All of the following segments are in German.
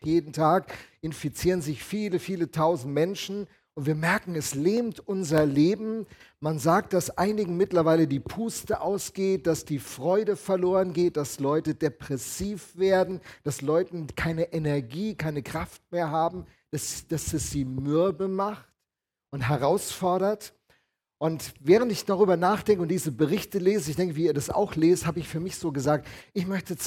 Jeden Tag infizieren sich viele, viele tausend Menschen und wir merken, es lähmt unser Leben. Man sagt, dass einigen mittlerweile die Puste ausgeht, dass die Freude verloren geht, dass Leute depressiv werden, dass Leute keine Energie, keine Kraft mehr haben, dass es sie mürbe macht und herausfordert. Und während ich darüber nachdenke und diese Berichte lese, ich denke, wie ihr das auch lest, habe ich für mich so gesagt, ich möchte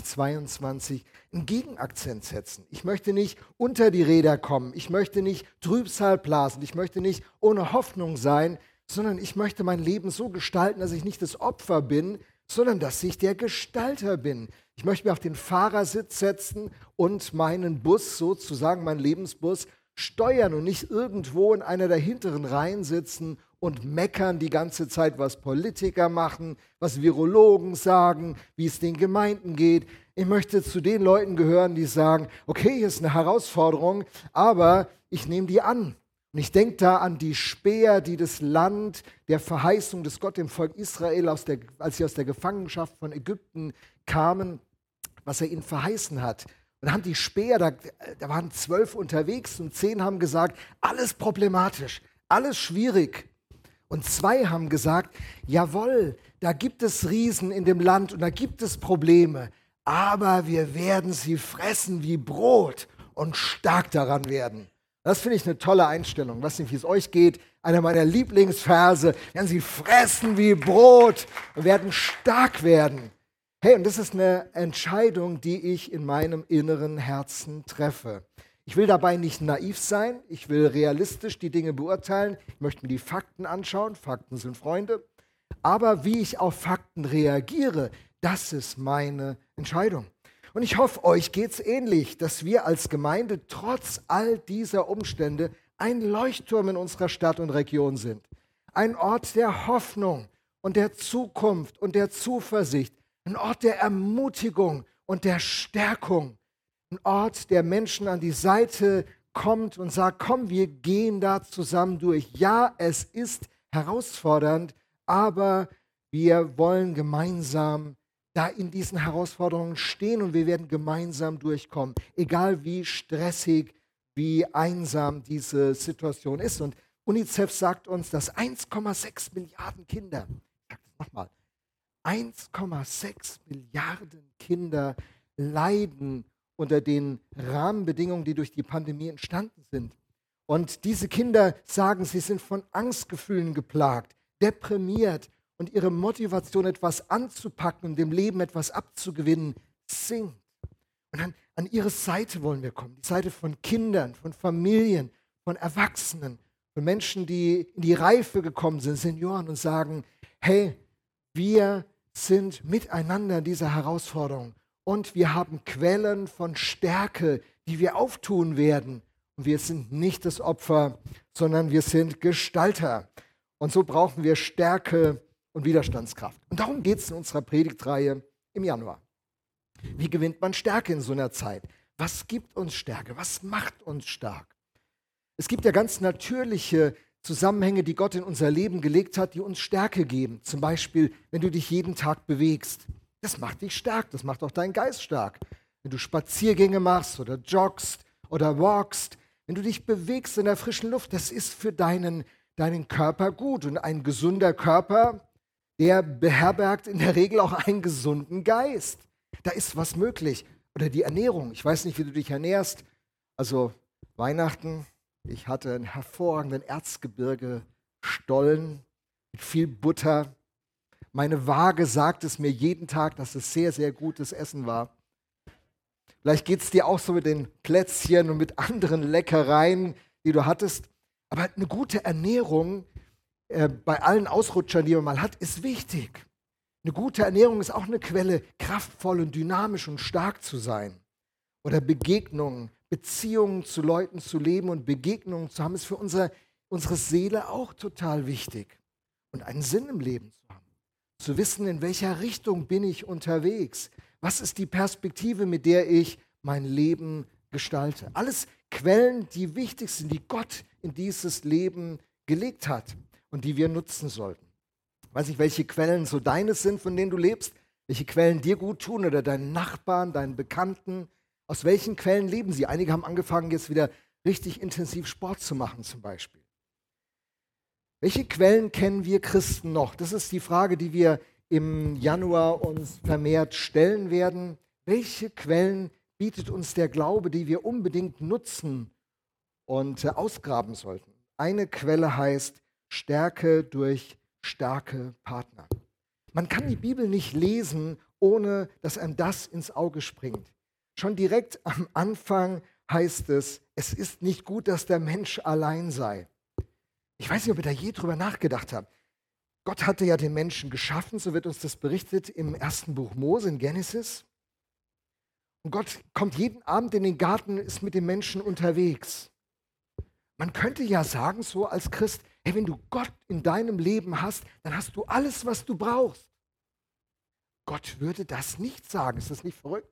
2022 einen Gegenakzent setzen. Ich möchte nicht unter die Räder kommen, ich möchte nicht Trübsal blasen, ich möchte nicht ohne Hoffnung sein, sondern ich möchte mein Leben so gestalten, dass ich nicht das Opfer bin, sondern dass ich der Gestalter bin. Ich möchte mir auf den Fahrersitz setzen und meinen Bus, sozusagen meinen Lebensbus, steuern und nicht irgendwo in einer der hinteren Reihen sitzen und meckern die ganze Zeit, was Politiker machen, was Virologen sagen, wie es den Gemeinden geht. Ich möchte zu den Leuten gehören, die sagen, okay, hier ist eine Herausforderung, aber ich nehme die an. Und ich denke da an die Späher, die das Land der Verheißung des Gott dem Volk Israel, als sie aus der Gefangenschaft von Ägypten kamen, was er ihnen verheißen hat. Und dann haben die Späher, da waren 12 unterwegs und 10 haben gesagt, alles problematisch, alles schwierig. Und 2 haben gesagt, jawohl, da gibt es Riesen in dem Land und da gibt es Probleme, aber wir werden sie fressen wie Brot und stark daran werden. Das finde ich eine tolle Einstellung. Ich weiß nicht, wie es euch geht. Einer meiner Lieblingsverse, werden sie fressen wie Brot und werden stark werden. Hey, und das ist eine Entscheidung, die ich in meinem inneren Herzen treffe. Ich will dabei nicht naiv sein, ich will realistisch die Dinge beurteilen, ich möchte mir die Fakten anschauen, Fakten sind Freunde, aber wie ich auf Fakten reagiere, das ist meine Entscheidung. Und ich hoffe, euch geht es ähnlich, dass wir als Gemeinde trotz all dieser Umstände ein Leuchtturm in unserer Stadt und Region sind. Ein Ort der Hoffnung und der Zukunft und der Zuversicht, ein Ort der Ermutigung und der Stärkung. Ein Ort, der Menschen an die Seite kommt und sagt, komm, wir gehen da zusammen durch. Ja, es ist herausfordernd, aber wir wollen gemeinsam da in diesen Herausforderungen stehen und wir werden gemeinsam durchkommen. Egal wie stressig, wie einsam diese Situation ist. Und UNICEF sagt uns, dass 1,6 Milliarden Kinder, ich sage das nochmal, 1,6 Milliarden Kinder leiden unter den Rahmenbedingungen, die durch die Pandemie entstanden sind. Und diese Kinder sagen, sie sind von Angstgefühlen geplagt, deprimiert und ihre Motivation, etwas anzupacken und dem Leben etwas abzugewinnen, sinkt. Und an ihre Seite wollen wir kommen, die Seite von Kindern, von Familien, von Erwachsenen, von Menschen, die in die Reife gekommen sind, Senioren und sagen, hey, wir sind miteinander in dieser Herausforderung. Und wir haben Quellen von Stärke, die wir auftun werden. Und wir sind nicht das Opfer, sondern wir sind Gestalter. Und so brauchen wir Stärke und Widerstandskraft. Und darum geht es in unserer Predigtreihe im Januar. Wie gewinnt man Stärke in so einer Zeit? Was gibt uns Stärke? Was macht uns stark? Es gibt ja ganz natürliche Zusammenhänge, die Gott in unser Leben gelegt hat, die uns Stärke geben. Zum Beispiel, wenn du dich jeden Tag bewegst. Das macht dich stark, das macht auch deinen Geist stark. Wenn du Spaziergänge machst oder joggst oder walkst, wenn du dich bewegst in der frischen Luft, das ist für deinen Körper gut. Und ein gesunder Körper, der beherbergt in der Regel auch einen gesunden Geist. Da ist was möglich. Oder die Ernährung. Ich weiß nicht, wie du dich ernährst. Also Weihnachten, ich hatte einen hervorragenden Erzgebirge-Stollen mit viel Butter. Meine Waage sagt es mir jeden Tag, dass es sehr, sehr gutes Essen war. Vielleicht geht es dir auch so mit den Plätzchen und mit anderen Leckereien, die du hattest. Aber eine gute Ernährung bei allen Ausrutschern, die man mal hat, ist wichtig. Eine gute Ernährung ist auch eine Quelle, kraftvoll und dynamisch und stark zu sein. Oder Begegnungen, Beziehungen zu Leuten zu leben und Begegnungen zu haben, ist für unsere Seele auch total wichtig. Und einen Sinn im Leben zu haben. Zu wissen, in welcher Richtung bin ich unterwegs. Was ist die Perspektive, mit der ich mein Leben gestalte? Alles Quellen, die wichtig sind, die Gott in dieses Leben gelegt hat und die wir nutzen sollten. Ich weiß nicht, welche Quellen so deines sind, von denen du lebst, welche Quellen dir gut tun oder deinen Nachbarn, deinen Bekannten. Aus welchen Quellen leben sie? Einige haben angefangen, jetzt wieder richtig intensiv Sport zu machen zum Beispiel. Welche Quellen kennen wir Christen noch? Das ist die Frage, die wir im Januar uns vermehrt stellen werden. Welche Quellen bietet uns der Glaube, die wir unbedingt nutzen und ausgraben sollten? Eine Quelle heißt Stärke durch starke Partner. Man kann die Bibel nicht lesen, ohne dass einem das ins Auge springt. Schon direkt am Anfang heißt es, es ist nicht gut, dass der Mensch allein sei. Ich weiß nicht, ob ihr da je drüber nachgedacht habt. Gott hatte ja den Menschen geschaffen, so wird uns das berichtet im ersten Buch Mose, in Genesis. Und Gott kommt jeden Abend in den Garten, ist mit dem Menschen unterwegs. Man könnte ja sagen, so als Christ, hey, wenn du Gott in deinem Leben hast, dann hast du alles, was du brauchst. Gott würde das nicht sagen. Ist das nicht verrückt?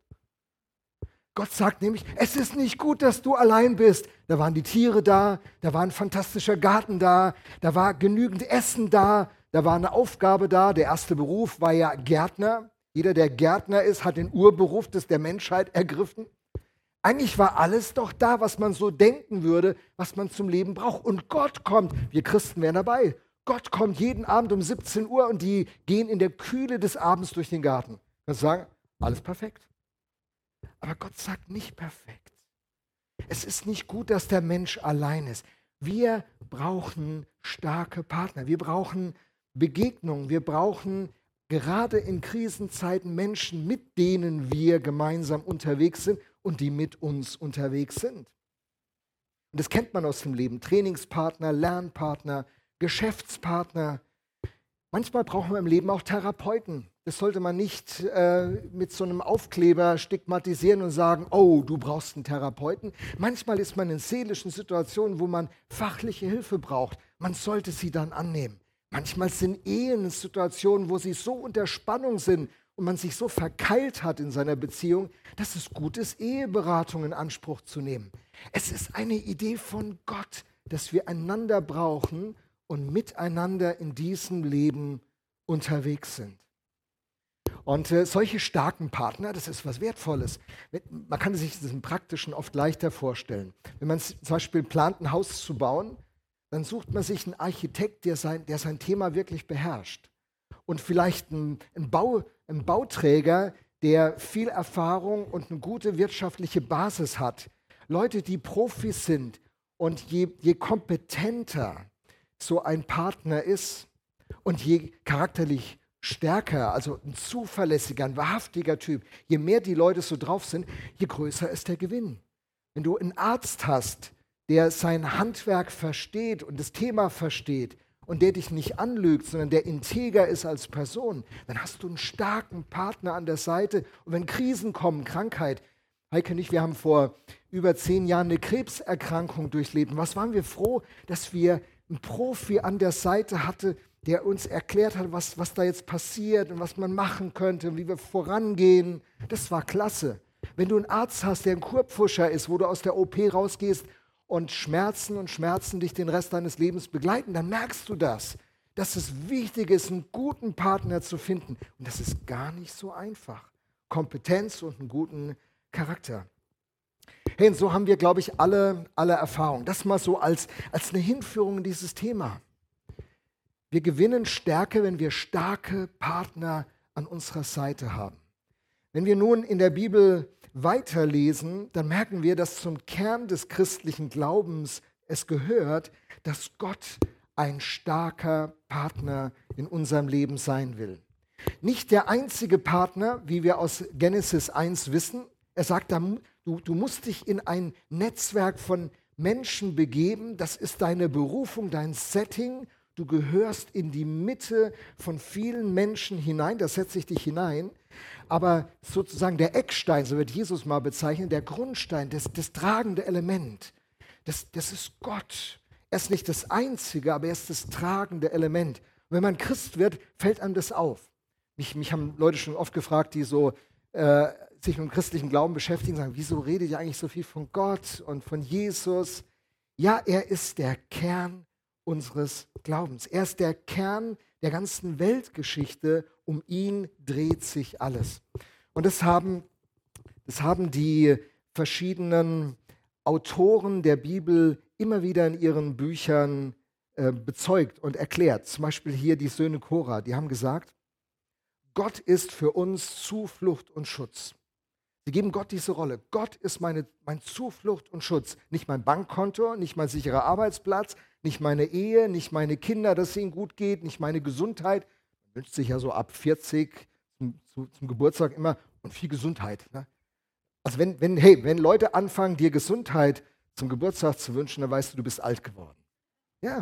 Gott sagt nämlich, es ist nicht gut, dass du allein bist. Da waren die Tiere da war ein fantastischer Garten da war genügend Essen da war eine Aufgabe da. Der erste Beruf war ja Gärtner. Jeder, der Gärtner ist, hat den Urberuf der Menschheit ergriffen. Eigentlich war alles doch da, was man so denken würde, was man zum Leben braucht. Und Gott kommt, wir Christen wären dabei. Gott kommt jeden Abend um 17 Uhr und die gehen in der Kühle des Abends durch den Garten. Kannst du sagen, alles perfekt. Aber Gott sagt nicht perfekt. Es ist nicht gut, dass der Mensch allein ist. Wir brauchen starke Partner. Wir brauchen Begegnungen. Wir brauchen gerade in Krisenzeiten Menschen, mit denen wir gemeinsam unterwegs sind und die mit uns unterwegs sind. Und das kennt man aus dem Leben. Trainingspartner, Lernpartner, Geschäftspartner. Manchmal brauchen wir im Leben auch Therapeuten. Das sollte man nicht mit so einem Aufkleber stigmatisieren und sagen, oh, du brauchst einen Therapeuten. Manchmal ist man in seelischen Situationen, wo man fachliche Hilfe braucht. Man sollte sie dann annehmen. Manchmal sind Ehen Situationen, wo sie so unter Spannung sind und man sich so verkeilt hat in seiner Beziehung, dass es gut ist, Eheberatung in Anspruch zu nehmen. Es ist eine Idee von Gott, dass wir einander brauchen und miteinander in diesem Leben unterwegs sind. Und solche starken Partner, das ist was Wertvolles. Man kann sich das im Praktischen oft leichter vorstellen. Wenn man zum Beispiel plant, ein Haus zu bauen, dann sucht man sich einen Architekt, der sein Thema wirklich beherrscht. Und vielleicht einen Bauträger, der viel Erfahrung und eine gute wirtschaftliche Basis hat. Leute, die Profis sind. Und je kompetenter so ein Partner ist und je charakterlich stärker, also ein zuverlässiger, ein wahrhaftiger Typ, je mehr die Leute so drauf sind, je größer ist der Gewinn. Wenn du einen Arzt hast, der sein Handwerk versteht und das Thema versteht und der dich nicht anlügt, sondern der integer ist als Person, dann hast du einen starken Partner an der Seite. Und wenn Krisen kommen, Krankheit, Heike und ich, wir haben vor über 10 Jahren eine Krebserkrankung durchlebt. Und was waren wir froh, dass wir einen Profi an der Seite hatten, der uns erklärt hat, was da jetzt passiert und was man machen könnte und wie wir vorangehen. Das war klasse. Wenn du einen Arzt hast, der ein Kurpfuscher ist, wo du aus der OP rausgehst und Schmerzen dich den Rest deines Lebens begleiten, dann merkst du das, dass es wichtig ist, einen guten Partner zu finden. Und das ist gar nicht so einfach. Kompetenz und einen guten Charakter. Hey, und so haben wir, glaube ich, alle Erfahrung. Das mal so als eine Hinführung in dieses Thema. Wir gewinnen Stärke, wenn wir starke Partner an unserer Seite haben. Wenn wir nun in der Bibel weiterlesen, dann merken wir, dass zum Kern des christlichen Glaubens es gehört, dass Gott ein starker Partner in unserem Leben sein will. Nicht der einzige Partner, wie wir aus Genesis 1 wissen. Er sagt, du musst dich in ein Netzwerk von Menschen begeben. Das ist deine Berufung, dein Setting. Du gehörst in die Mitte von vielen Menschen hinein, da setze ich dich hinein. Aber sozusagen der Eckstein, so wird Jesus mal bezeichnet, der Grundstein, das tragende Element, das ist Gott. Er ist nicht das Einzige, aber er ist das tragende Element. Und wenn man Christ wird, fällt einem das auf. Mich haben Leute schon oft gefragt, die so sich mit dem christlichen Glauben beschäftigen, sagen, wieso redet ihr eigentlich so viel von Gott und von Jesus? Ja, er ist der Kern unseres Glaubens. Er ist der Kern der ganzen Weltgeschichte. Um ihn dreht sich alles. Und das haben die verschiedenen Autoren der Bibel immer wieder in ihren Büchern bezeugt und erklärt. Zum Beispiel hier die Söhne Korah, die haben gesagt, Gott ist für uns Zuflucht und Schutz. Sie geben Gott diese Rolle. Gott ist mein Zuflucht und Schutz. Nicht mein Bankkonto, nicht mein sicherer Arbeitsplatz, nicht meine Ehe, nicht meine Kinder, dass es ihnen gut geht, nicht meine Gesundheit. Man wünscht sich ja so ab 40 zum Geburtstag immer und viel Gesundheit. Ne? Also wenn Leute anfangen, dir Gesundheit zum Geburtstag zu wünschen, dann weißt du, du bist alt geworden. Ja.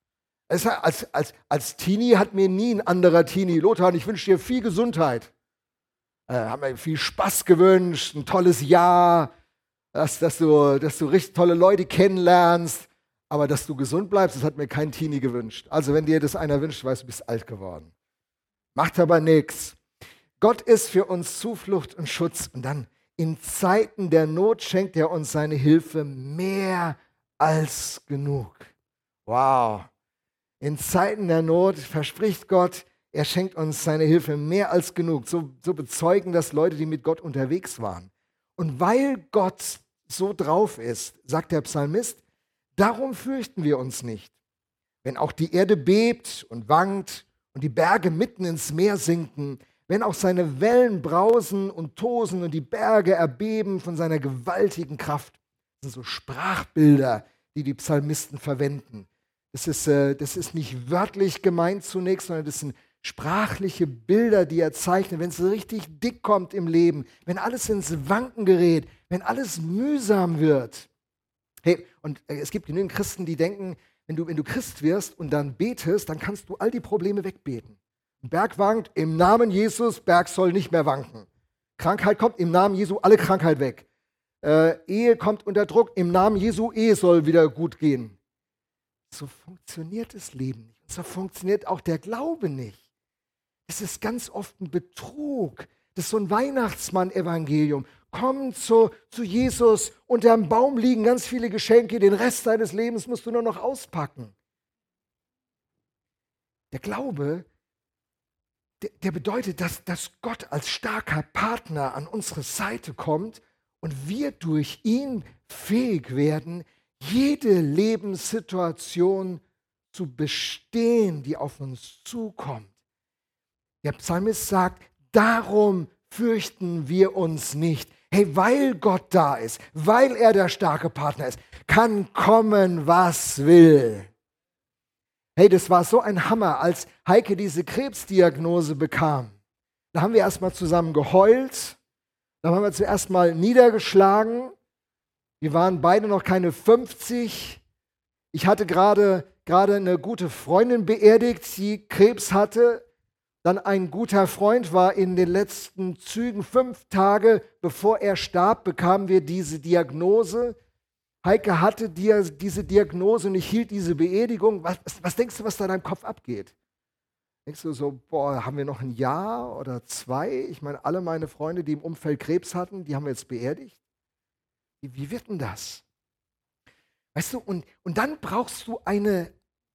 Als Teenie hat mir nie ein anderer Teenie, Lothar, ich wünsche dir viel Gesundheit. Haben mir viel Spaß gewünscht, ein tolles Jahr, dass du richtig tolle Leute kennenlernst, aber dass du gesund bleibst, das hat mir kein Teenie gewünscht. Also wenn dir das einer wünscht, weißt du, bist alt geworden. Macht aber nichts. Gott ist für uns Zuflucht und Schutz und dann in Zeiten der Not schenkt er uns seine Hilfe mehr als genug. Wow. In Zeiten der Not verspricht Gott, er schenkt uns seine Hilfe mehr als genug. So bezeugen das Leute, die mit Gott unterwegs waren. Und weil Gott so drauf ist, sagt der Psalmist, darum fürchten wir uns nicht. Wenn auch die Erde bebt und wankt und die Berge mitten ins Meer sinken, wenn auch seine Wellen brausen und tosen und die Berge erbeben von seiner gewaltigen Kraft. Das sind so Sprachbilder, die Psalmisten verwenden. Das ist nicht wörtlich gemeint zunächst, sondern das sind sprachliche Bilder, die er zeichnet, wenn es richtig dick kommt im Leben, wenn alles ins Wanken gerät, wenn alles mühsam wird. Hey, und es gibt genügend Christen, die denken, wenn du Christ wirst und dann betest, dann kannst du all die Probleme wegbeten. Ein Berg wankt, im Namen Jesus, Berg soll nicht mehr wanken. Krankheit kommt, im Namen Jesu, alle Krankheit weg. Ehe kommt unter Druck, im Namen Jesu, Ehe soll wieder gut gehen. So funktioniert das Leben nicht. So funktioniert auch der Glaube nicht. Es ist ganz oft ein Betrug. Das ist so ein Weihnachtsmann-Evangelium. Komm zu Jesus, unterm Baum liegen ganz viele Geschenke, den Rest deines Lebens musst du nur noch auspacken. Der Glaube, der bedeutet, dass Gott als starker Partner an unsere Seite kommt und wir durch ihn fähig werden, jede Lebenssituation zu bestehen, die auf uns zukommt. Der Psalmist sagt, darum fürchten wir uns nicht. Hey, weil Gott da ist, weil er der starke Partner ist, kann kommen, was will. Hey, das war so ein Hammer, als Heike diese Krebsdiagnose bekam. Da haben wir erstmal zusammen geheult, da haben wir zuerst mal niedergeschlagen. Wir waren beide noch keine 50. Ich hatte gerade eine gute Freundin beerdigt, die Krebs hatte. Dann ein guter Freund war in den letzten Zügen, 5 Tage bevor er starb, bekamen wir diese Diagnose. Heike hatte diese Diagnose und ich hielt diese Beerdigung. Was denkst du, was da in deinem Kopf abgeht? Denkst du so, boah, haben wir noch ein Jahr oder 2? Ich meine, alle meine Freunde, die im Umfeld Krebs hatten, die haben wir jetzt beerdigt. Wie wird denn das? Weißt du, und dann brauchst du einen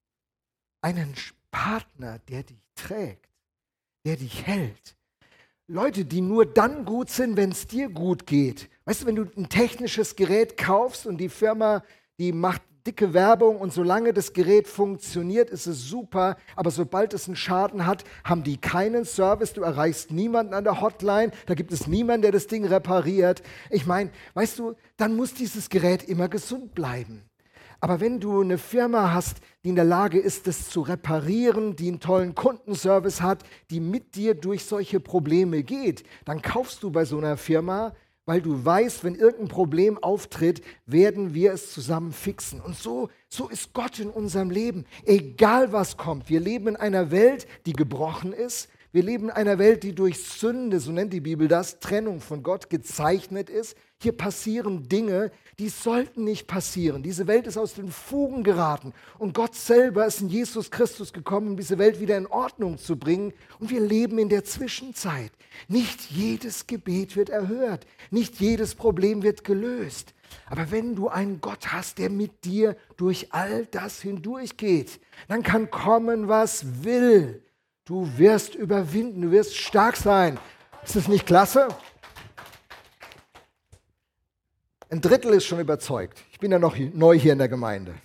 Partner, der dich trägt, der dich hält. Leute, die nur dann gut sind, wenn es dir gut geht. Weißt du, wenn du ein technisches Gerät kaufst und die Firma, die macht dicke Werbung und solange das Gerät funktioniert, ist es super, aber sobald es einen Schaden hat, haben die keinen Service, du erreichst niemanden an der Hotline, da gibt es niemanden, der das Ding repariert. Ich meine, weißt du, dann muss dieses Gerät immer gesund bleiben. Aber wenn du eine Firma hast, die in der Lage ist, das zu reparieren, die einen tollen Kundenservice hat, die mit dir durch solche Probleme geht, dann kaufst du bei so einer Firma, weil du weißt, wenn irgendein Problem auftritt, werden wir es zusammen fixen. Und so ist Gott in unserem Leben. Egal was kommt, wir leben in einer Welt, die gebrochen ist. Wir leben in einer Welt, die durch Sünde, so nennt die Bibel das, Trennung von Gott gezeichnet ist. Hier passieren Dinge, die sollten nicht passieren. Diese Welt ist aus den Fugen geraten. Und Gott selber ist in Jesus Christus gekommen, um diese Welt wieder in Ordnung zu bringen. Und wir leben in der Zwischenzeit. Nicht jedes Gebet wird erhört. Nicht jedes Problem wird gelöst. Aber wenn du einen Gott hast, der mit dir durch all das hindurchgeht, dann kann kommen, was will. Du wirst überwinden, du wirst stark sein. Ist das nicht klasse? Ein Drittel ist schon überzeugt. Ich bin ja noch neu hier in der Gemeinde.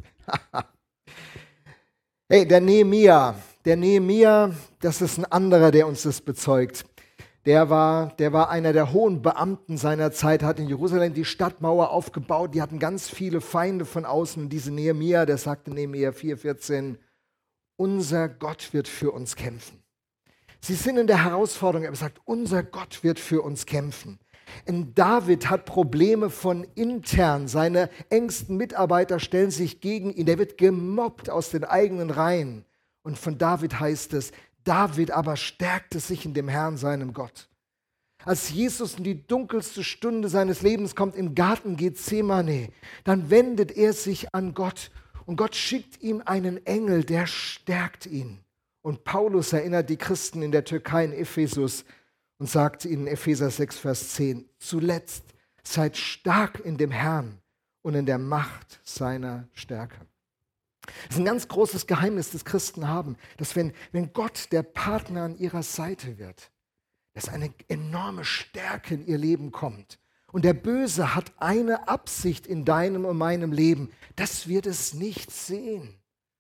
Hey, der Nehemia, das ist ein anderer, der uns das bezeugt. Der war einer der hohen Beamten seiner Zeit, hat in Jerusalem die Stadtmauer aufgebaut. Die hatten ganz viele Feinde von außen. Und diese Nehemia, der sagte Nehemia 4,14, unser Gott wird für uns kämpfen. Sie sind in der Herausforderung, er sagt, unser Gott wird für uns kämpfen. Und David hat Probleme von intern. Seine engsten Mitarbeiter stellen sich gegen ihn. Der wird gemobbt aus den eigenen Reihen. Und von David heißt es, David aber stärkte sich in dem Herrn, seinem Gott. Als Jesus in die dunkelste Stunde seines Lebens kommt, im Garten Gethsemane, dann wendet er sich an Gott und Gott schickt ihm einen Engel, der stärkt ihn. Und Paulus erinnert die Christen in der Türkei in Ephesus und sagt ihnen in Epheser 6, Vers 10, zuletzt seid stark in dem Herrn und in der Macht seiner Stärke. Das ist ein ganz großes Geheimnis, das Christen haben, dass wenn Gott der Partner an ihrer Seite wird, dass eine enorme Stärke in ihr Leben kommt. Und der Böse hat eine Absicht in deinem und meinem Leben, dass wir das nicht sehen.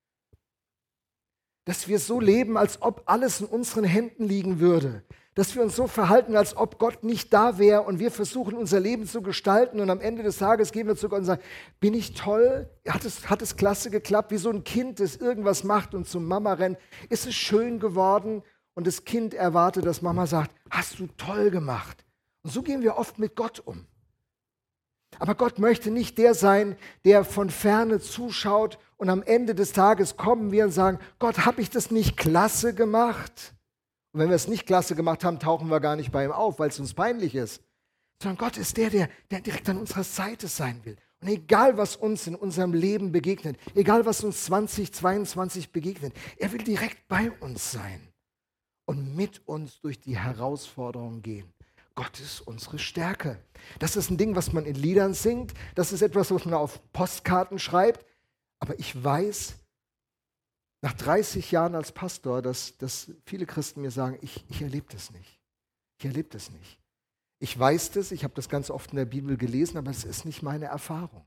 Dass wir so leben, als ob alles in unseren Händen liegen würde. Dass wir uns so verhalten, als ob Gott nicht da wäre und wir versuchen, unser Leben zu gestalten und am Ende des Tages gehen wir zu Gott und sagen, bin ich toll? Hat es klasse geklappt? Wie so ein Kind, das irgendwas macht und zum Mama rennt. Ist es schön geworden? Und das Kind erwartet, dass Mama sagt, hast du toll gemacht. Und so gehen wir oft mit Gott um. Aber Gott möchte nicht der sein, der von ferne zuschaut und am Ende des Tages kommen wir und sagen, Gott, habe ich das nicht klasse gemacht? Und wenn wir es nicht klasse gemacht haben, tauchen wir gar nicht bei ihm auf, weil es uns peinlich ist. Sondern Gott ist der direkt an unserer Seite sein will. Und egal, was uns in unserem Leben begegnet, egal, was uns 2022 begegnet, er will direkt bei uns sein und mit uns durch die Herausforderungen gehen. Gott ist unsere Stärke. Das ist ein Ding, was man in Liedern singt. Das ist etwas, was man auf Postkarten schreibt. Aber ich weiß, nach 30 Jahren als Pastor, dass viele Christen mir sagen, ich erlebe das nicht. Ich erlebe das nicht. Ich weiß das, ich habe das ganz oft in der Bibel gelesen, aber es ist nicht meine Erfahrung.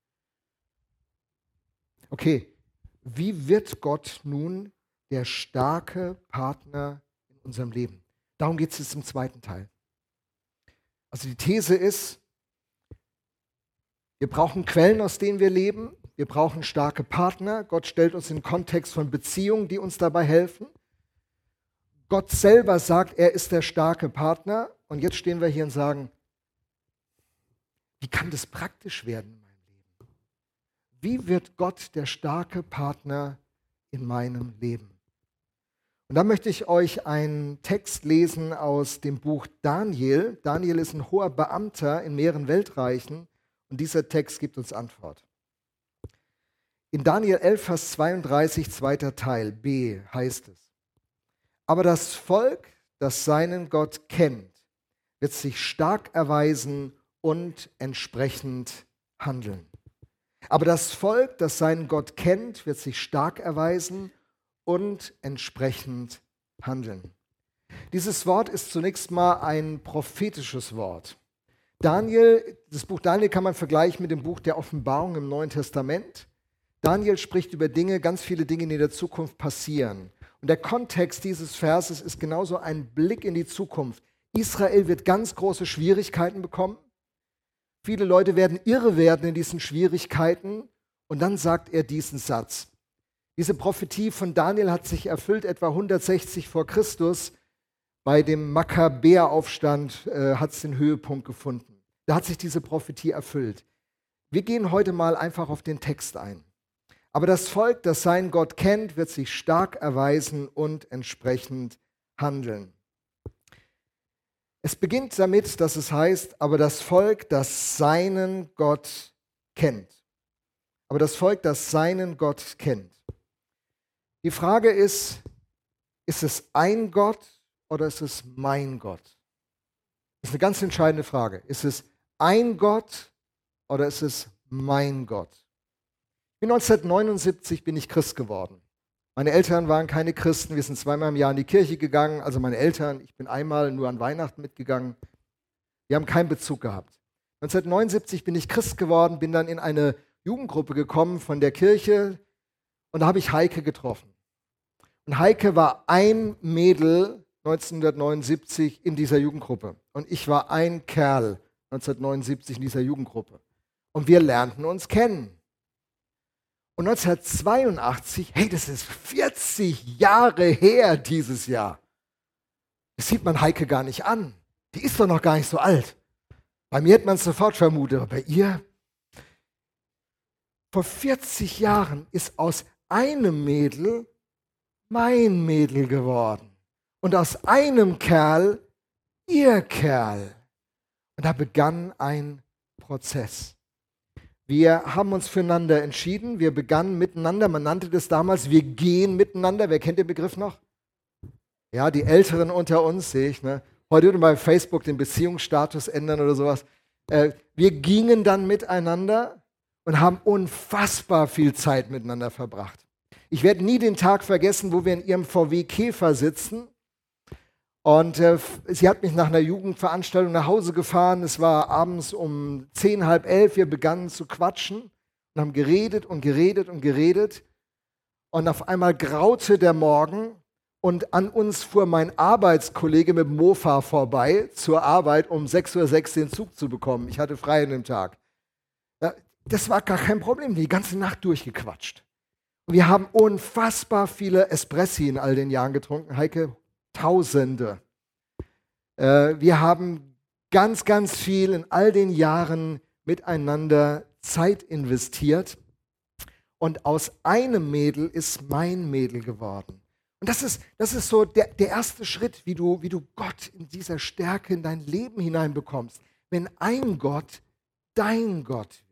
Okay, wie wird Gott nun der starke Partner in unserem Leben? Darum geht es jetzt im zweiten Teil. Also die These ist, wir brauchen Quellen, aus denen wir leben. Wir brauchen starke Partner. Gott stellt uns in den Kontext von Beziehungen, die uns dabei helfen. Gott selber sagt, er ist der starke Partner. Und jetzt stehen wir hier und sagen, wie kann das praktisch werden in meinem Leben? Wie wird Gott der starke Partner in meinem Leben? Und da möchte ich euch einen Text lesen aus dem Buch Daniel. Daniel ist ein hoher Beamter in mehreren Weltreichen und dieser Text gibt uns Antwort. In Daniel 11, Vers 32, zweiter Teil, B, heißt es, aber das Volk, das seinen Gott kennt, wird sich stark erweisen und entsprechend handeln. Aber das Volk, das seinen Gott kennt, wird sich stark erweisen und entsprechend handeln. Dieses Wort ist zunächst mal ein prophetisches Wort. Das Buch Daniel kann man vergleichen mit dem Buch der Offenbarung im Neuen Testament. Daniel spricht über Dinge, ganz viele Dinge, die in der Zukunft passieren. Und der Kontext dieses Verses ist genauso ein Blick in die Zukunft. Israel wird ganz große Schwierigkeiten bekommen. Viele Leute werden irre werden in diesen Schwierigkeiten. Und dann sagt er diesen Satz. Diese Prophetie von Daniel hat sich erfüllt etwa 160 vor Christus. Bei dem Makkabäeraufstand hat es den Höhepunkt gefunden. Da hat sich diese Prophetie erfüllt. Wir gehen heute mal einfach auf den Text ein. Aber das Volk, das seinen Gott kennt, wird sich stark erweisen und entsprechend handeln. Es beginnt damit, dass es heißt, aber das Volk, das seinen Gott kennt. Aber das Volk, das seinen Gott kennt. Die Frage ist es ein Gott oder ist es mein Gott? Das ist eine ganz entscheidende Frage. Ist es ein Gott oder ist es mein Gott? 1979 bin ich Christ geworden. Meine Eltern waren keine Christen, wir sind zweimal im Jahr in die Kirche gegangen, also meine Eltern, ich bin einmal nur an Weihnachten mitgegangen. Wir haben keinen Bezug gehabt. 1979 bin ich Christ geworden, bin dann in eine Jugendgruppe gekommen von der Kirche und da habe ich Heike getroffen. Und Heike war ein Mädel 1979 in dieser Jugendgruppe und ich war ein Kerl 1979 in dieser Jugendgruppe. Und wir lernten uns kennen. Und 1982, hey, das ist 40 Jahre her dieses Jahr. Das sieht man Heike gar nicht an. Die ist doch noch gar nicht so alt. Bei mir hätte man es sofort vermutet, aber bei ihr? Vor 40 Jahren ist aus einem Mädel mein Mädel geworden. Und aus einem Kerl ihr Kerl. Und da begann ein Prozess. Wir haben uns füreinander entschieden, wir begannen miteinander, man nannte das damals, wir gehen miteinander. Wer kennt den Begriff noch? Ja, die Älteren unter uns, sehe ich. Ne? Heute würde man bei Facebook den Beziehungsstatus ändern oder sowas. Wir gingen dann miteinander und haben unfassbar viel Zeit miteinander verbracht. Ich werde nie den Tag vergessen, wo wir in ihrem VW Käfer sitzen. Und sie hat mich nach einer Jugendveranstaltung nach Hause gefahren. Es war abends um 10, halb 11. Wir begannen zu quatschen und haben geredet und geredet und geredet. Und auf einmal graute der Morgen und an uns fuhr mein Arbeitskollege mit dem Mofa vorbei zur Arbeit, um 6:06 Uhr den Zug zu bekommen. Ich hatte frei an dem Tag. Das war gar kein Problem, die ganze Nacht durchgequatscht. Und wir haben unfassbar viele Espressi in all den Jahren getrunken, Heike. Tausende. Wir haben ganz, ganz viel in all den Jahren miteinander Zeit investiert und aus einem Mädel ist mein Mädel geworden. Und das ist so der erste Schritt, wie du Gott in dieser Stärke in dein Leben hineinbekommst, wenn ein Gott dein Gott wird.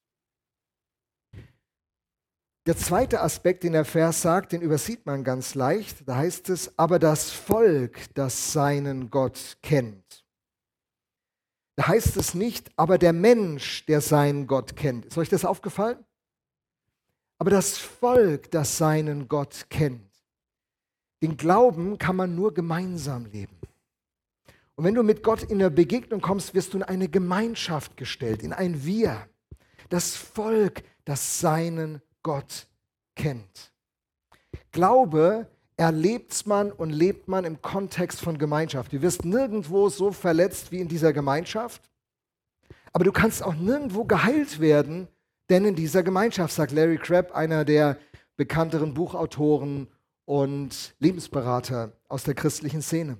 Der zweite Aspekt, den der Vers sagt, den übersieht man ganz leicht. Da heißt es, aber das Volk, das seinen Gott kennt. Da heißt es nicht, aber der Mensch, der seinen Gott kennt. Ist euch das aufgefallen? Aber das Volk, das seinen Gott kennt. Den Glauben kann man nur gemeinsam leben. Und wenn du mit Gott in eine Begegnung kommst, wirst du in eine Gemeinschaft gestellt, in ein Wir. Das Volk, das seinen Gott kennt. Glaube erlebt man und lebt man im Kontext von Gemeinschaft. Du wirst nirgendwo so verletzt wie in dieser Gemeinschaft, aber du kannst auch nirgendwo geheilt werden, denn in dieser Gemeinschaft, sagt Larry Crabb, einer der bekannteren Buchautoren und Lebensberater aus der christlichen Szene.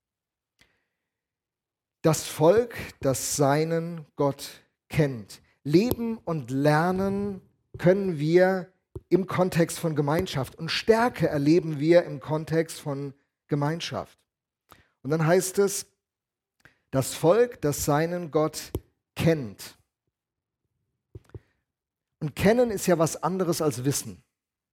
Das Volk, das seinen Gott kennt. Leben und lernen können wir im Kontext von Gemeinschaft und Stärke erleben wir im Kontext von Gemeinschaft. Und dann heißt es, das Volk, das seinen Gott kennt. Und kennen ist ja was anderes als wissen.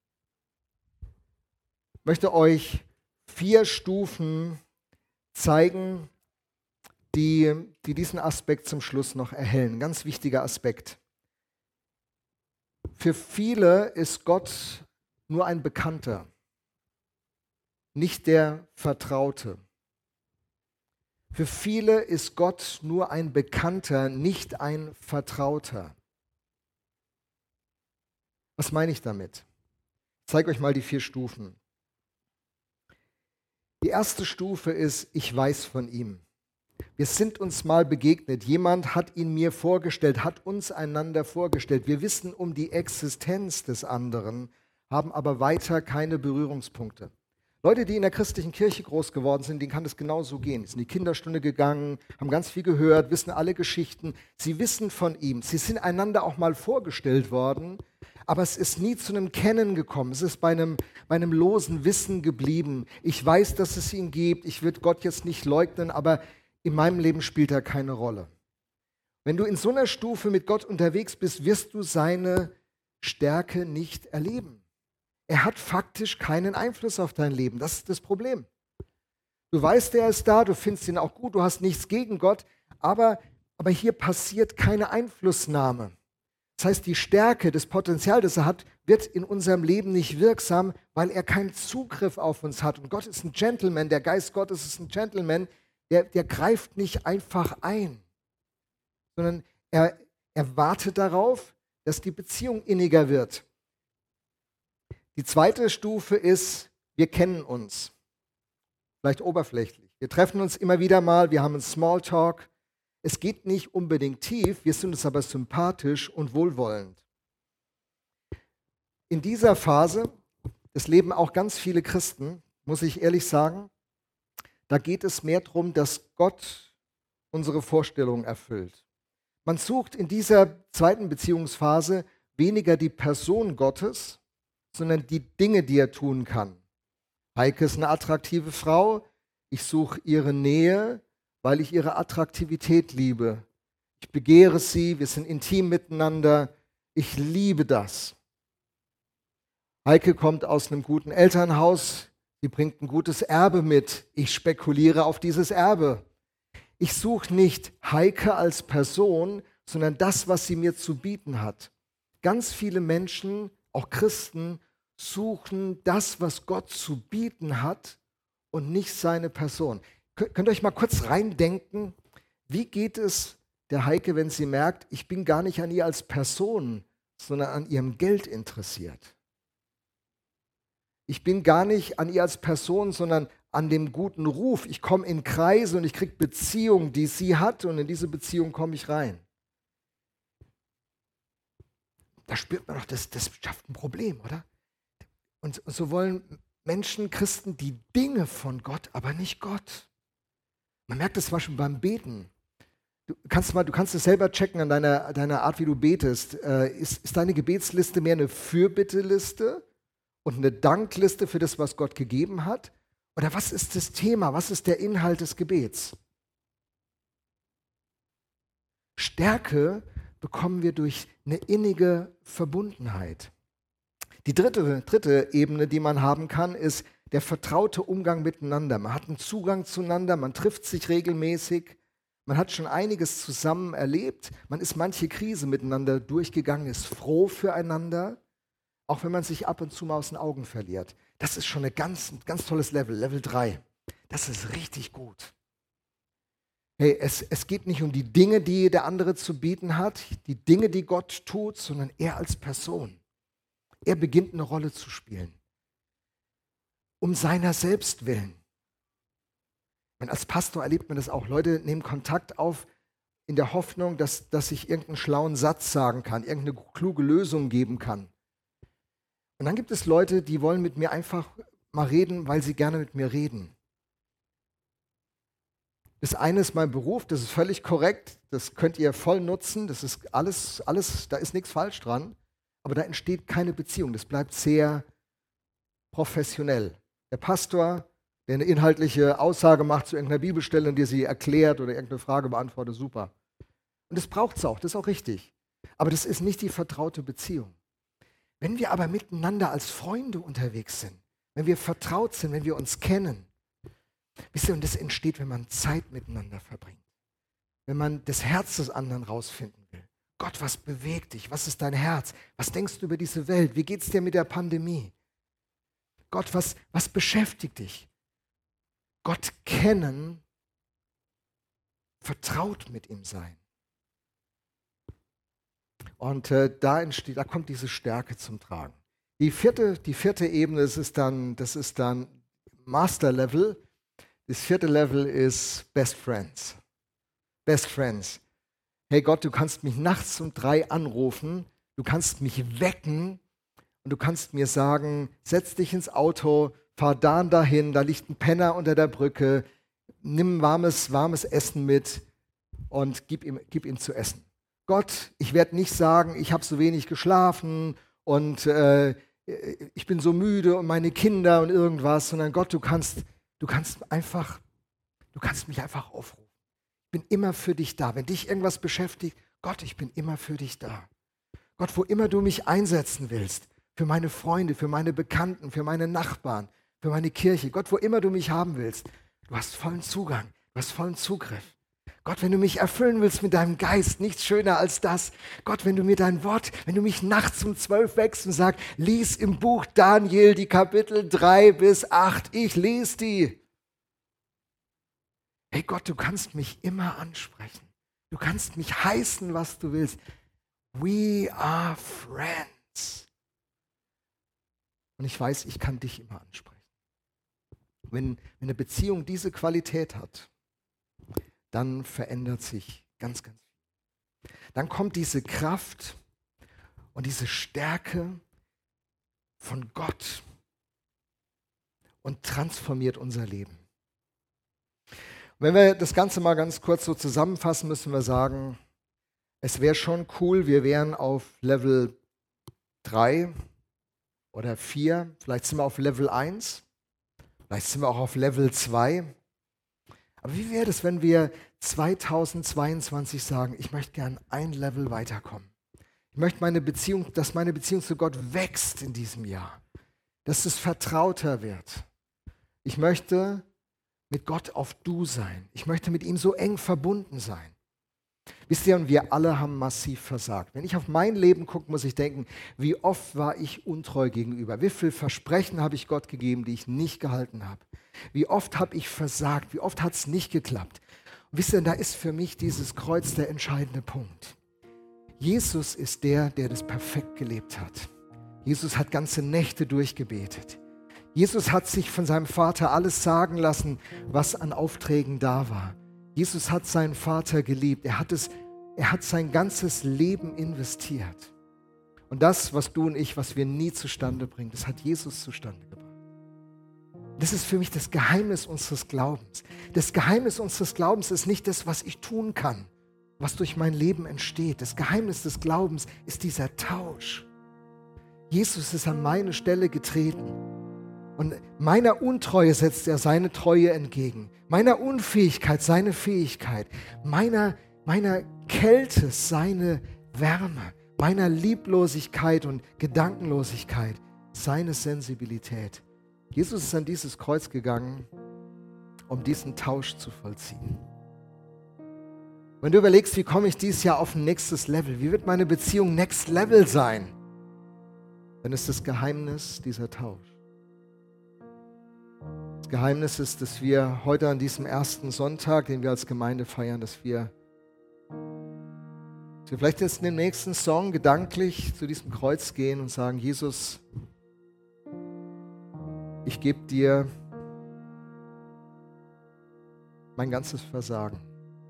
Ich möchte euch 4 Stufen zeigen, die diesen Aspekt zum Schluss noch erhellen. Ein ganz wichtiger Aspekt. Für viele ist Gott nur ein Bekannter, nicht der Vertraute. Für viele ist Gott nur ein Bekannter, nicht ein Vertrauter. Was meine ich damit? Ich zeige euch mal die 4 Stufen. Die erste Stufe ist, ich weiß von ihm. Wir sind uns mal begegnet. Jemand hat ihn mir vorgestellt, hat uns einander vorgestellt. Wir wissen um die Existenz des anderen, haben aber weiter keine Berührungspunkte. Leute, die in der christlichen Kirche groß geworden sind, denen kann das genauso gehen. Sie sind in die Kinderstunde gegangen, haben ganz viel gehört, wissen alle Geschichten. Sie wissen von ihm. Sie sind einander auch mal vorgestellt worden, aber es ist nie zu einem Kennen gekommen. Es ist bei einem losen Wissen geblieben. Ich weiß, dass es ihn gibt. Ich würde Gott jetzt nicht leugnen, aber in meinem Leben spielt er keine Rolle. Wenn du in so einer Stufe mit Gott unterwegs bist, wirst du seine Stärke nicht erleben. Er hat faktisch keinen Einfluss auf dein Leben. Das ist das Problem. Du weißt, er ist da, du findest ihn auch gut, du hast nichts gegen Gott, aber hier passiert keine Einflussnahme. Das heißt, die Stärke, das Potenzial, das er hat, wird in unserem Leben nicht wirksam, weil er keinen Zugriff auf uns hat. Und Gott ist ein Gentleman, der Geist Gottes ist ein Gentleman, der greift nicht einfach ein, sondern Er wartet darauf, dass die Beziehung inniger wird. Die zweite Stufe ist, wir kennen uns. Vielleicht oberflächlich. Wir treffen uns immer wieder mal, wir haben einen Smalltalk. Es geht nicht unbedingt tief, wir sind uns aber sympathisch und wohlwollend. In dieser Phase, das leben auch ganz viele Christen, muss ich ehrlich sagen, da geht es mehr darum, dass Gott unsere Vorstellungen erfüllt. Man sucht in dieser zweiten Beziehungsphase weniger die Person Gottes, sondern die Dinge, die er tun kann. Heike ist eine attraktive Frau. Ich suche ihre Nähe, weil ich ihre Attraktivität liebe. Ich begehre sie, wir sind intim miteinander. Ich liebe das. Heike kommt aus einem guten Elternhaus. Sie bringt ein gutes Erbe mit. Ich spekuliere auf dieses Erbe. Ich suche nicht Heike als Person, sondern das, was sie mir zu bieten hat. Ganz viele Menschen, auch Christen, suchen das, was Gott zu bieten hat und nicht seine Person. Könnt ihr euch mal kurz reindenken, wie geht es der Heike, wenn sie merkt, ich bin gar nicht an ihr als Person, sondern an ihrem Geld interessiert. Ich bin gar nicht an ihr als Person, sondern an dem guten Ruf. Ich komme in Kreise und ich kriege Beziehungen, die sie hat, und in diese Beziehung komme ich rein. Da spürt man doch, das schafft ein Problem, oder? Und so wollen Menschen, Christen, die Dinge von Gott, aber nicht Gott. Man merkt das zum Beispiel beim Beten. Du kannst es selber checken an deiner Art, wie du betest. Ist deine Gebetsliste mehr eine Fürbitteliste und eine Dankliste für das, was Gott gegeben hat? Oder was ist das Thema? Was ist der Inhalt des Gebets? Stärke bekommen wir durch eine innige Verbundenheit. Die dritte Ebene, die man haben kann, ist der vertraute Umgang miteinander. Man hat einen Zugang zueinander, man trifft sich regelmäßig, man hat schon einiges zusammen erlebt, man ist manche Krise miteinander durchgegangen, ist froh füreinander, auch wenn man sich ab und zu mal aus den Augen verliert. Das ist schon ein ganz tolles Level, Level 3. Das ist richtig gut. Hey, es geht nicht um die Dinge, die der andere zu bieten hat, die Dinge, die Gott tut, sondern er als Person. Er beginnt eine Rolle zu spielen. Um seiner selbst willen. Und als Pastor erlebt man das auch. Leute nehmen Kontakt auf in der Hoffnung, dass ich irgendeinen schlauen Satz sagen kann, irgendeine kluge Lösung geben kann. Und dann gibt es Leute, die wollen mit mir einfach mal reden, weil sie gerne mit mir reden. Das eine ist mein Beruf, das ist völlig korrekt, das könnt ihr voll nutzen, das ist alles, da ist nichts falsch dran, aber da entsteht keine Beziehung, das bleibt sehr professionell. Der Pastor, der eine inhaltliche Aussage macht zu irgendeiner Bibelstelle und dir sie erklärt oder irgendeine Frage beantwortet, super. Und das braucht es auch, das ist auch richtig. Aber das ist nicht die vertraute Beziehung. Wenn wir aber miteinander als Freunde unterwegs sind, wenn wir vertraut sind, wenn wir uns kennen, wisst ihr, und das entsteht, wenn man Zeit miteinander verbringt. Wenn man das Herz des anderen rausfinden will. Gott, was bewegt dich? Was ist dein Herz? Was denkst du über diese Welt? Wie geht es dir mit der Pandemie? Gott, was beschäftigt dich? Gott kennen, vertraut mit ihm sein. Und da kommt diese Stärke zum Tragen. Die vierte Ebene, das ist dann Master Level. Das vierte Level ist Best Friends. Best Friends. Hey Gott, du kannst mich nachts um 3 anrufen, du kannst mich wecken und du kannst mir sagen, setz dich ins Auto, fahr dahin, da liegt ein Penner unter der Brücke, nimm warmes Essen mit und gib ihm zu essen. Gott, ich werde nicht sagen, ich habe so wenig geschlafen und ich bin so müde und meine Kinder und irgendwas, sondern Gott, du kannst mich einfach aufrufen. Ich bin immer für dich da. Wenn dich irgendwas beschäftigt, Gott, ich bin immer für dich da. Gott, wo immer du mich einsetzen willst, für meine Freunde, für meine Bekannten, für meine Nachbarn, für meine Kirche, Gott, wo immer du mich haben willst, du hast vollen Zugang, du hast vollen Zugriff. Gott, wenn du mich erfüllen willst mit deinem Geist, nichts schöner als das. Gott, wenn du mir dein Wort, wenn du mich nachts um 12 wächst und sagst, lies im Buch Daniel die Kapitel 3 bis 8, ich lese die. Hey Gott, du kannst mich immer ansprechen. Du kannst mich heißen, was du willst. We are friends. Und ich weiß, ich kann dich immer ansprechen. Wenn eine Beziehung diese Qualität hat, dann verändert sich ganz, ganz viel. Dann kommt diese Kraft und diese Stärke von Gott und transformiert unser Leben. Wenn wir das Ganze mal ganz kurz so zusammenfassen, müssen wir sagen, es wäre schon cool, wir wären auf Level 3 oder 4, vielleicht sind wir auf Level 1, vielleicht sind wir auch auf Level 2. Aber wie wäre es, wenn wir 2022 sagen, ich möchte gern ein Level weiterkommen? Ich möchte dass meine Beziehung zu Gott wächst in diesem Jahr, dass es vertrauter wird. Ich möchte mit Gott auf Du sein. Ich möchte mit ihm so eng verbunden sein. Wisst ihr, und wir alle haben massiv versagt. Wenn ich auf mein Leben gucke, muss ich denken, wie oft war ich untreu gegenüber? Wie viele Versprechen habe ich Gott gegeben, die ich nicht gehalten habe? Wie oft habe ich versagt? Wie oft hat es nicht geklappt? Und wisst ihr, da ist für mich dieses Kreuz der entscheidende Punkt. Jesus ist der das perfekt gelebt hat. Jesus hat ganze Nächte durchgebetet. Jesus hat sich von seinem Vater alles sagen lassen, was an Aufträgen da war. Jesus hat seinen Vater geliebt. Er hat sein ganzes Leben investiert. Und das, was du und ich, was wir nie zustande bringen, das hat Jesus zustande gebracht. Das ist für mich das Geheimnis unseres Glaubens. Das Geheimnis unseres Glaubens ist nicht das, was ich tun kann, was durch mein Leben entsteht. Das Geheimnis des Glaubens ist dieser Tausch. Jesus ist an meine Stelle getreten. Und meiner Untreue setzt er seine Treue entgegen. Meiner Unfähigkeit seine Fähigkeit. Meiner Kälte seine Wärme. Meiner Lieblosigkeit und Gedankenlosigkeit seine Sensibilität. Jesus ist an dieses Kreuz gegangen, um diesen Tausch zu vollziehen. Wenn du überlegst, wie komme ich dieses Jahr auf ein nächstes Level? Wie wird meine Beziehung Next Level sein? Dann ist das Geheimnis dieser Tausch. Das Geheimnis ist, dass wir heute an diesem ersten Sonntag, den wir als Gemeinde feiern, dass wir vielleicht jetzt in dem nächsten Song gedanklich zu diesem Kreuz gehen und sagen, Jesus, ich gebe dir mein ganzes Versagen,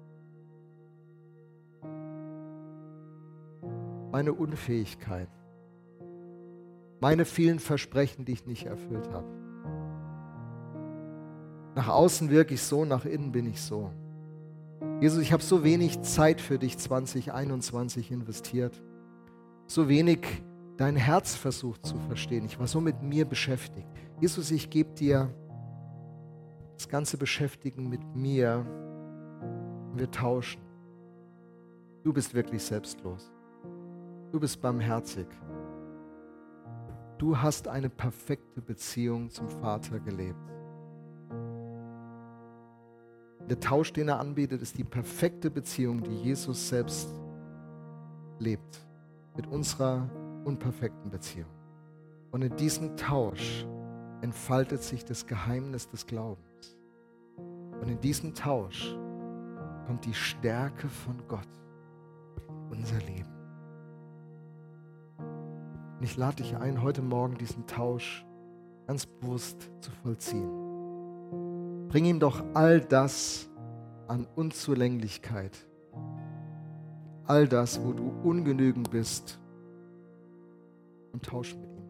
meine Unfähigkeit, meine vielen Versprechen, die ich nicht erfüllt habe. Nach außen wirke ich so, nach innen bin ich so. Jesus, ich habe so wenig Zeit für dich 2021 investiert. So wenig dein Herz versucht zu verstehen. Ich war so mit mir beschäftigt. Jesus, ich gebe dir das ganze Beschäftigen mit mir. Wir tauschen. Du bist wirklich selbstlos. Du bist barmherzig. Du hast eine perfekte Beziehung zum Vater gelebt. Der Tausch, den er anbietet, ist die perfekte Beziehung, die Jesus selbst lebt, mit unserer unperfekten Beziehung. Und in diesem Tausch entfaltet sich das Geheimnis des Glaubens. Und in diesem Tausch kommt die Stärke von Gott in unser Leben. Und ich lade dich ein, heute Morgen diesen Tausch ganz bewusst zu vollziehen. Bring ihm doch all das an Unzulänglichkeit, all das, wo du ungenügend bist, und tausch mit ihm.